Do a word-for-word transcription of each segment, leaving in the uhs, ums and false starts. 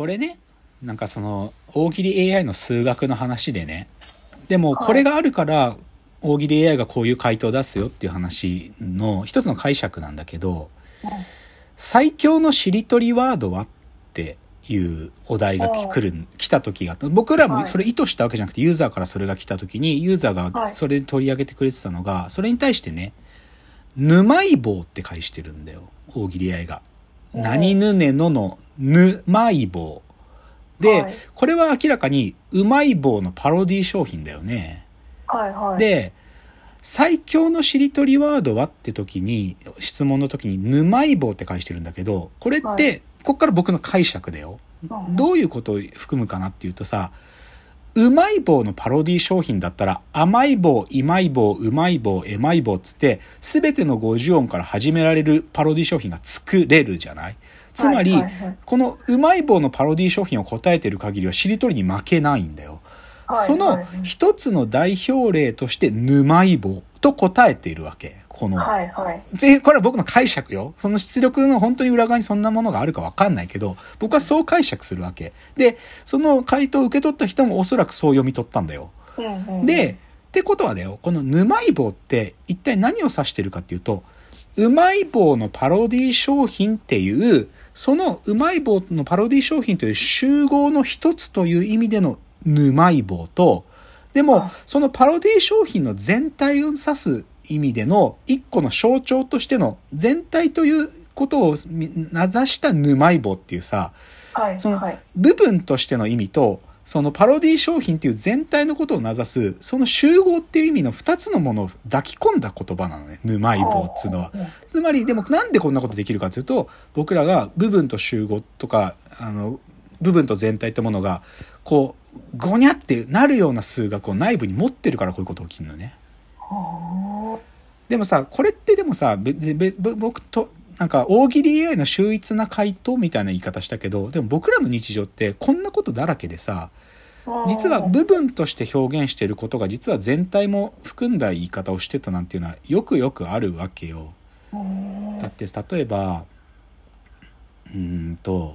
これね、なんかその大喜利 エーアイ の数学の話でね、でもこれがあるから大喜利 エーアイ がこういう回答を出すよっていう話の一つの解釈なんだけど、最強のしりとりワードはっていうお題が来る来た時が、僕らもそれ意図したわけじゃなくてユーザーからそれが来た時にユーザーがそれで取り上げてくれてたのが、それに対してね、沼い棒って返してるんだよ、大喜利 エーアイ が。何ぬねののぬまい棒で、これは明らかにうまい棒のパロディ商品だよね。 はいはい、 で、最強のしりとりワードはって時に、質問の時にぬまい棒って返してるんだけど、これって、はい、こっから僕の解釈だよ。どういうことを含むかなっていうとさ、うまい棒のパロディ商品だったら、甘い棒、いまい棒、うまい棒、えまい棒つって、すべてのごじゅう音から始められるパロディ商品が作れるじゃない。つまり、はいはいはい、このうまい棒のパロディ商品を答えてる限りはしりとりに負けないんだよ。その一つの代表例としてぬまい棒と答えているわけ。この、はいはい、で、これは僕の解釈よ。その出力の本当に裏側にそんなものがあるかわかんないけど、僕はそう解釈するわけ。で、その回答を受け取った人もおそらくそう読み取ったんだよ。うんうんうん、で、ってことはだよ、このぬまい棒って一体何を指してるかっていうと、うまい棒のパロディ商品っていう、そのうまい棒のパロディ商品という集合の一つという意味でのぬまい棒と、でもそのパロディ商品の全体を指す意味での一個の象徴としての全体ということを名指したぬまい棒っていうさ、はい、その部分としての意味とそのパロディ商品っていう全体のことを名指すその集合っていう意味の二つのものを抱き込んだ言葉なのね、ぬまい棒っつうのは。つまりでもなんでこんなことできるかというと、僕らが部分と集合とかあの部分と全体ってものがこうゴニャってなるような数学を内部に持ってるからこういうこと起きるのね。でもさ、これってでもさ、べべ僕となんか大喜利 エーアイ の秀逸な回答みたいな言い方したけど、でも僕らの日常ってこんなことだらけでさ、実は部分として表現していることが実は全体も含んだ言い方をしてたなんていうのはよくよくあるわけよ。だって例えばうーんと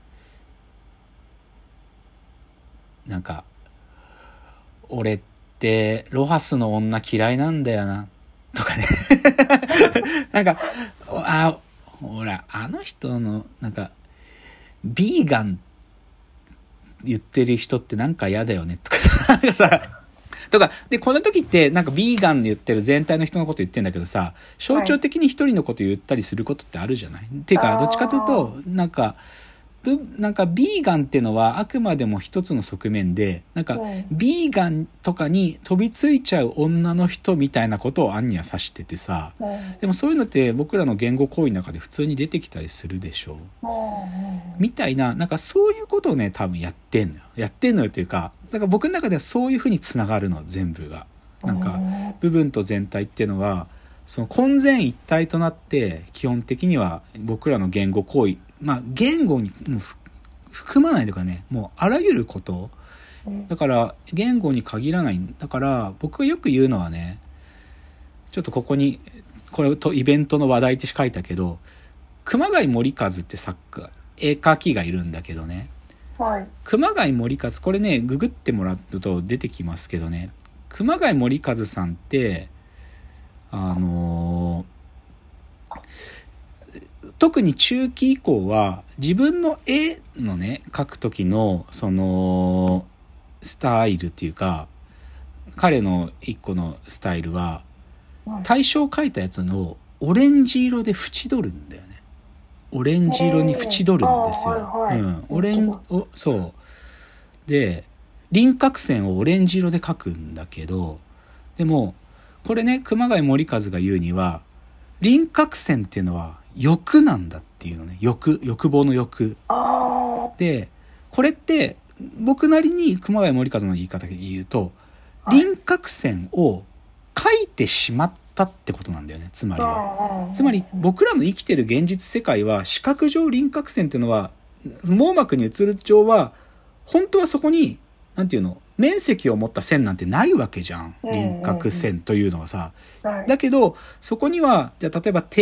なんか俺ってロハスの女嫌いなんだよなとかねなんかあほらあの人のなんかビーガン言ってる人ってなんか嫌だよねとかなんかさとかで、この時ってなんかビーガンで言ってる全体の人のこと言ってんだけどさ、象徴的に一人のこと言ったりすることってあるじゃない、はい、っていうかどっちかというとなんかなんかビーガンってのはあくまでも一つの側面で、なんかビーガンとかに飛びついちゃう女の人みたいなことをアンには指しててさ、でもそういうのって僕らの言語行為の中で普通に出てきたりするでしょうみたいな、なんかそういうことをね多分やってんのよやってんのよというか、だから僕の中ではそういうふうにつながるの全部が、なんか部分と全体っていうのはその混然一体となって基本的には僕らの言語行為、まあ言語にも含まないというかね、もうあらゆることだから言語に限らない。だから僕がよく言うのはね、ちょっとここにこれとイベントの話題って書いたけど、熊谷森和って作家絵描きがいるんだけどね、はい、熊谷森和これねググってもらうと出てきますけどね、熊谷森和さんってあのー特に中期以降は自分の絵のね描く時のそのスタイルっていうか、彼の一個のスタイルは対象描いたやつのオレンジ色で縁取るんだよね。オレンジ色に縁取るんですよ。うん、オレンおそうで輪郭線をオレンジ色で描くんだけど、でもこれね熊谷森和が言うには輪郭線っていうのは欲なんだっていうのね、欲欲望の欲で、これって僕なりに熊谷森和の言い方で言うと輪郭線を描いてしまったってことなんだよね。つまりはつまり僕らの生きてる現実世界は視覚上輪郭線っていうのは網膜に映る上は本当はそこになんていうの面積を持った線なんてないわけじゃん、輪郭線というのはさ。だけどそこにはじゃあ例えば手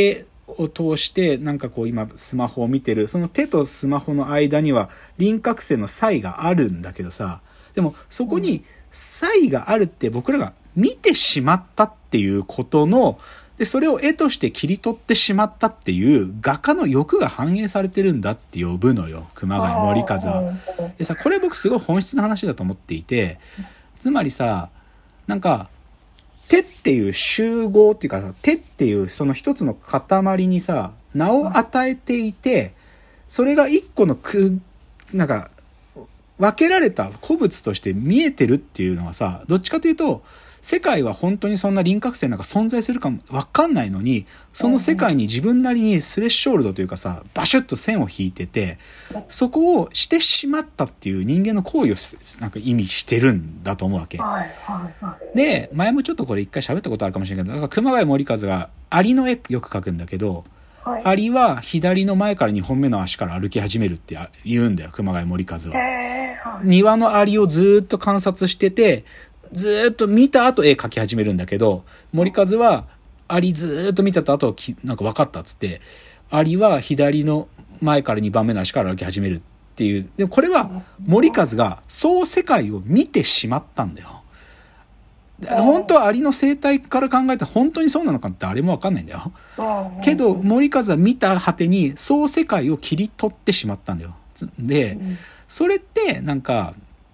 を通してなんかこう今スマホを見てる、その手とスマホの間には輪郭線の差異があるんだけどさ、でもそこに差異があるって僕らが見てしまったっていうことの、でそれを絵として切り取ってしまったっていう画家の欲が反映されてるんだって呼ぶのよ、熊谷森和は。でさ、これ僕すごい本質の話だと思っていて、つまりさ、なんか手っていう集合っていうかさ、手っていうその一つの塊にさ、名を与えていて、それが一個のく、なんか、分けられた古物として見えてるっていうのはさ、どっちかというと、世界は本当にそんな輪郭線なんか存在するかもわかんないのに、その世界に自分なりにスレッショールドというかさ、バシュッと線を引いてて、そこをしてしまったっていう人間の行為をなんか意味してるんだと思うわけ。で、前もちょっとこれ一回喋ったことあるかもしれないけど、だから熊谷森和がアリの絵よく描くんだけど、はい、アリは左の前からにほんめの足から歩き始めるって言うんだよ、熊谷森和は。はい、庭のアリをずっと観察してて、ずっと見た後絵描き始めるんだけど、森和はアリずっと見た後なんか分かったっつって、アリは左の前からにばんめの足から歩き始めるっていう。でもこれは森和がそう世界を見てしまったんだよ。本当はアリの生態から考えて本当にそうなのかってあれも分かんないんだよ。けど森和は見た果てにそう世界を切り取ってしまったんだよ。で、それってなんか、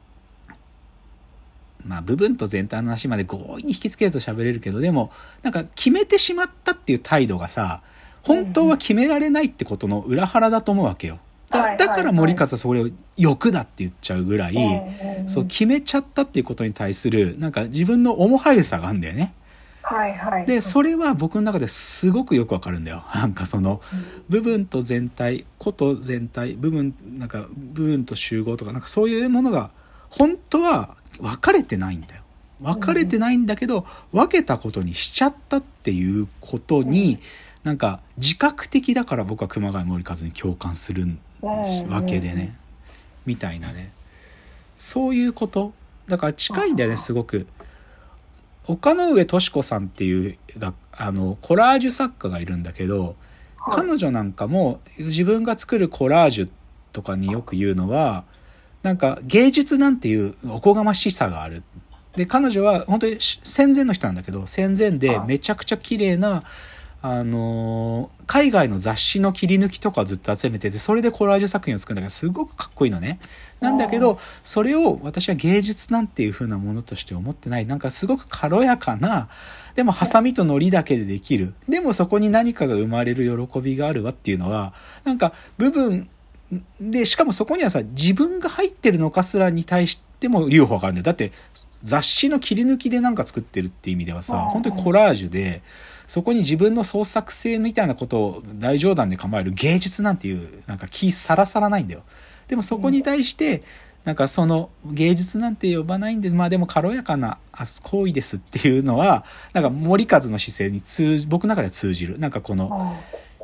まあ部分と全体の話まで強引に引きつけると喋れるけど、でもなんか決めてしまったっていう態度がさ、本当は決められないってことの裏腹だと思うわけよ。だ, だから森和はそれを欲だって言っちゃうぐらい、そう決めちゃったっていうことに対するなんか自分の重はゆさがあるんだよね。 はいはい、 でそれは僕の中ですごくよくわかるんだよ。なんかその部分と全体、こと全体、部分なんか部分と集合とかなんかそういうものが本当は分かれてないんだよ。分かれてないんだけど、分けたことにしちゃったっていうことに、なんか自覚的だから僕は熊谷森和に共感するわけでね、みたいなね、そういうことだから近いんだよね。すごく岡上俊子さんっていうあのコラージュ作家がいるんだけど、彼女なんかも自分が作るコラージュとかによく言うのは、なんか芸術なんていうおこがましさがある。で彼女は本当に戦前の人なんだけど、戦前でめちゃくちゃ綺麗なあのー、海外の雑誌の切り抜きとかをずっと集めてて、それでコラージュ作品を作るんだけど、すごくかっこいいのね。なんだけどそれを私は芸術なんていう風なものとして思ってない。なんかすごく軽やかな、でもハサミと糊だけでできる、でもそこに何かが生まれる喜びがあるわっていうのは、なんか部分で、しかもそこにはさ、自分が入ってるのかすらに対しても留保があるんだよ。だって雑誌の切り抜きでなんか作ってるっていう意味ではさ、本当にコラージュで、そこに自分の創作性みたいなことを大冗談で構える芸術なんていうなんか気さらさらないんだよ。でもそこに対してなんかその芸術なんて呼ばないんで、まあでも軽やかな行為ですっていうのはなんか森和の姿勢に通じ、僕の中では通じる。なんかこの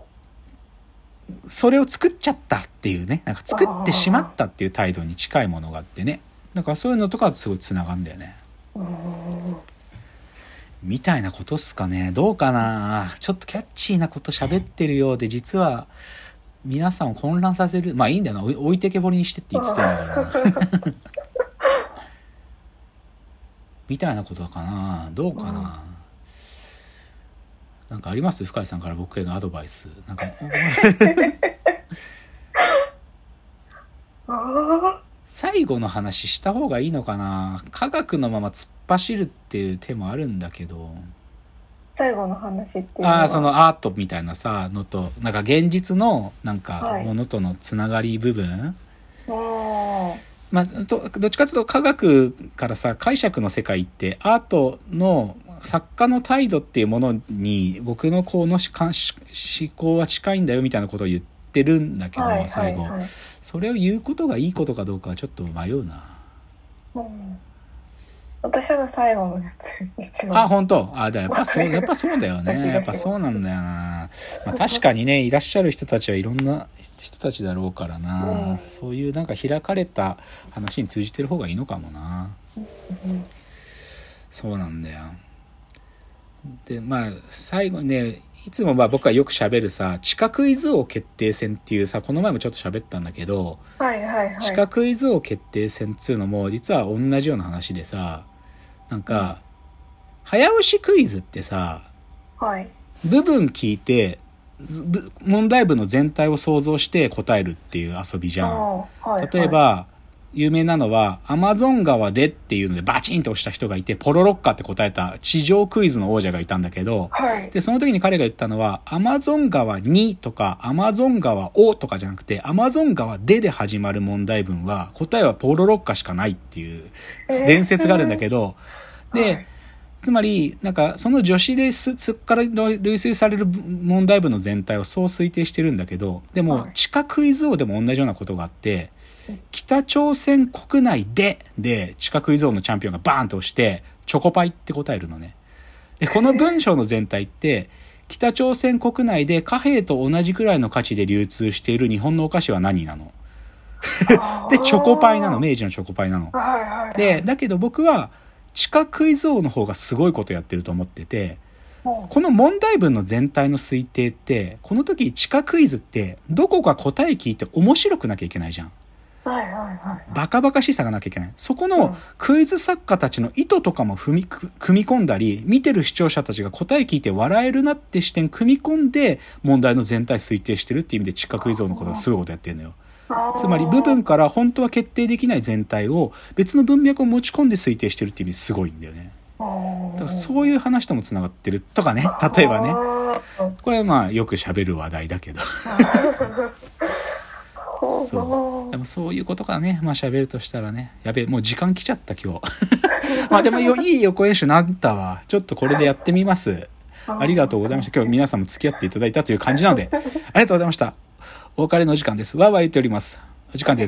それを作っちゃったっていうね、なんか作ってしまったっていう態度に近いものがあってね、だからそういうのとかはすごいつながるんだよね。みたいなことっすかね。どうかな。ちょっとキャッチーなこと喋ってるようで、実は皆さんを混乱させる。まあいいんだよな、置いてけぼりにしてって言ってたんだからみたいなことかな。どうかな。なんかあります？深井さんから僕へのアドバイス。なんか最後の話した方がいいのかな。科学のまま突っ走るっていう手もあるんだけど、 最後の話っていうのは、 ああ、そのアートみたいなさのと、なんか現実のなんかものとのつながり部分、はい、まあどっちかというと科学からさ、解釈の世界ってアートの作家の態度っていうものに僕のこの思考は近いんだよみたいなことを言ってるんだけど、はい、最後、はいはい、それを言うことがいいことかどうかはちょっと迷うな。うん、 私は最後のやつ一番。 あ、本当。あ、だやっぱそう、やっぱそうだよね。やっぱそうなんだよな。まあ確かにね、いらっしゃる人たちはいろんな人たちだろうからな。うん、そういうなんか開かれた話に通じてる方がいいのかもな。うん、そうなんだよ。 で、まあ、最後にね、いつもまあ僕はよく喋るさ、地下クイズ王決定戦っていうさ、この前もちょっと喋ったんだけど、 はいはいはい。 地下クイズ王決定戦っつうのも、実は同じような話でさ、なんか、うん、早押しクイズってさ、 はい、 部分聞いて、問題文の全体を想像して答えるっていう遊びじゃん。はいはい、例えば、有名なのは、アマゾン川でっていうのでバチンと押した人がいて、ポロロッカって答えた地上クイズの王者がいたんだけど、はい、で、その時に彼が言ったのは、アマゾン川にとか、アマゾン川をとかじゃなくて、アマゾン川でで始まる問題文は、答えはポロロッカしかないっていう伝説があるんだけど、えー、で、はい、つまり、なんか、その女子レース、つっから類推される問題文の全体をそう推定してるんだけど、でも、地下クイズ王でも同じようなことがあって、北朝鮮国内で、で、地下クイズ王のチャンピオンがバーンと押して、チョコパイって答えるのね。で、この文章の全体って、北朝鮮国内で貨幣と同じくらいの価値で流通している日本のお菓子は何なので、チョコパイなの。明治のチョコパイなの。で、だけど僕は、地下クイズ王の方がすごいことやってると思ってて、この問題文の全体の推定って、この時地下クイズってどこか答え聞いて面白くなきゃいけないじゃん。はいはいはいはい、バカバカしさがなきゃいけない。そこのクイズ作家たちの意図とかも踏み組み込んだり、見てる視聴者たちが答え聞いて笑えるなって視点組み込んで問題の全体推定してるっていう意味で地下クイズ王のことがすごいことやってるのよ。つまり部分から本当は決定できない全体を別の文脈を持ち込んで推定してるっていう意味ですごいんだよね。だからそういう話ともつながってるとかね、例えばね。これはまあよく喋る話題だけど。そう。でもそういうことからね、まあ喋るとしたらね、やべえ、もう時間来ちゃった今日。まあでもよいい予行演習になったわ。ちょっとこれでやってみます。ありがとうございました。今日皆さんも付き合っていただいたという感じなので、ありがとうございました。お別れの時間です。わーわー言っております。お時間です。